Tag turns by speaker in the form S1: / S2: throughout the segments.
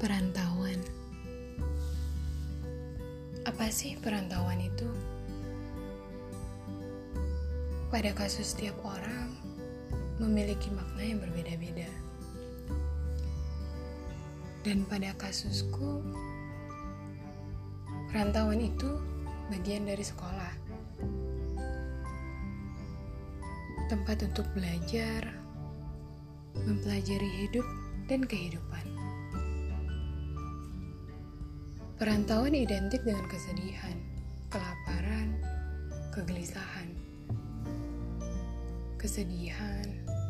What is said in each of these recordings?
S1: Perantauan. Apa sih perantauan itu? Pada kasus setiap orang memiliki makna yang berbeda-beda. Dan pada kasusku, perantauan itu bagian dari sekolah. Tempat untuk belajar, mempelajari hidup dan kehidupan. Perantauan identik dengan kesedihan, kelaparan, kegelisahan. Kesedihan.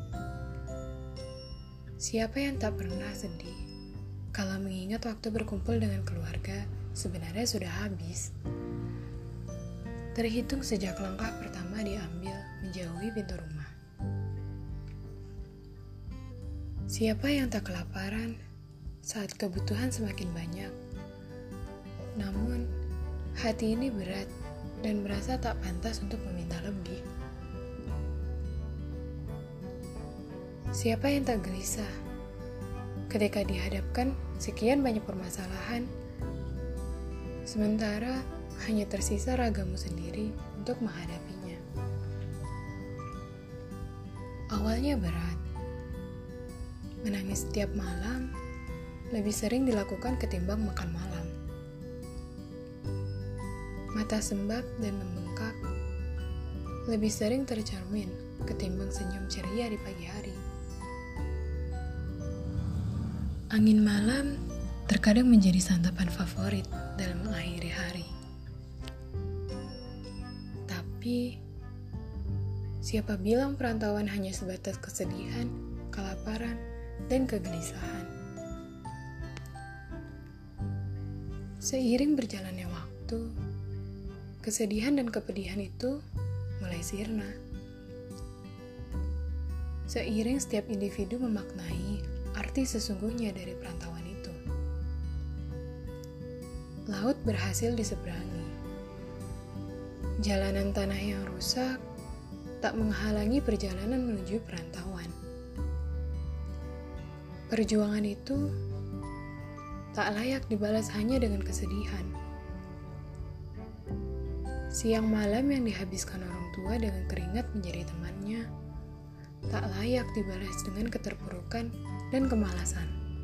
S1: Siapa yang tak pernah sedih kalau mengingat waktu berkumpul dengan keluarga sebenarnya sudah habis? Terhitung sejak langkah pertama diambil menjauhi pintu rumah. Siapa yang tak kelaparan saat kebutuhan semakin banyak? Namun, hati ini berat dan merasa tak pantas untuk meminta lebih. Siapa yang tak gelisah ketika dihadapkan sekian banyak permasalahan, sementara hanya tersisa ragamu sendiri untuk menghadapinya? Awalnya berat. Menangis setiap malam lebih sering dilakukan ketimbang makan malam. Mata sembab dan membengkak lebih sering tercermin ketimbang senyum ceria di pagi hari. Angin malam terkadang menjadi santapan favorit dalam mengakhiri hari. Tapi, siapa bilang perantauan hanya sebatas kesedihan, kelaparan, dan kegelisahan? Seiring berjalannya waktu, kesedihan dan kepedihan itu mulai sirna. Seiring setiap individu memaknai arti sesungguhnya dari perantauan itu. Laut berhasil diseberangi. Jalanan tanah yang rusak tak menghalangi perjalanan menuju perantauan. Perjuangan itu tak layak dibalas hanya dengan kesedihan. Siang malam yang dihabiskan orang tua dengan keringat menjadi temannya, tak layak dibalas dengan keterpurukan dan kemalasan.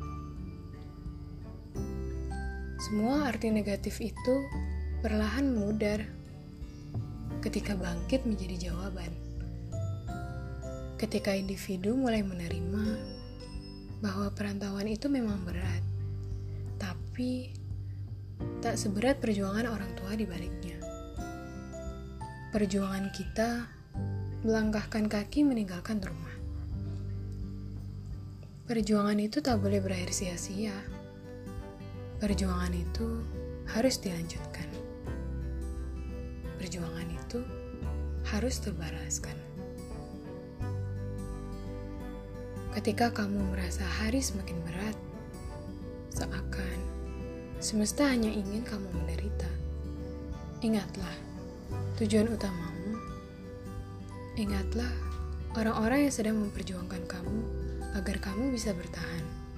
S1: Semua arti negatif itu perlahan memudar ketika bangkit menjadi jawaban. Ketika individu mulai menerima bahwa perantauan itu memang berat, tapi tak seberat perjuangan orang tua di baliknya. Perjuangan kita melangkahkan kaki meninggalkan rumah. Perjuangan itu tak boleh berakhir sia-sia. Perjuangan itu harus dilanjutkan. Perjuangan itu harus terbalaskan. Ketika kamu merasa hari semakin berat, seakan semesta hanya ingin kamu menderita, ingatlah tujuan utamamu. Ingatlah orang-orang yang sedang memperjuangkan kamu agar kamu bisa bertahan.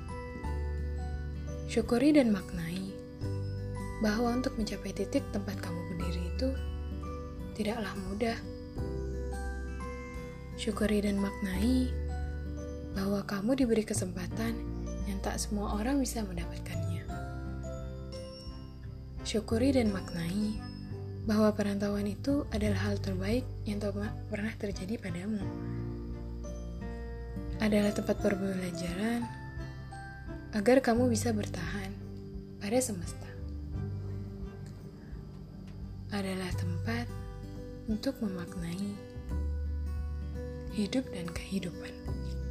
S1: Syukuri dan maknai bahwa untuk mencapai titik tempat kamu berdiri itu tidaklah mudah. Syukuri dan maknai bahwa kamu diberi kesempatan yang tak semua orang bisa mendapatkannya. Syukuri dan maknai bahwa perantauan itu adalah hal terbaik yang tak pernah terjadi padamu. Adalah tempat pembelajaran agar kamu bisa bertahan pada semesta. Adalah tempat untuk memaknai hidup dan kehidupan.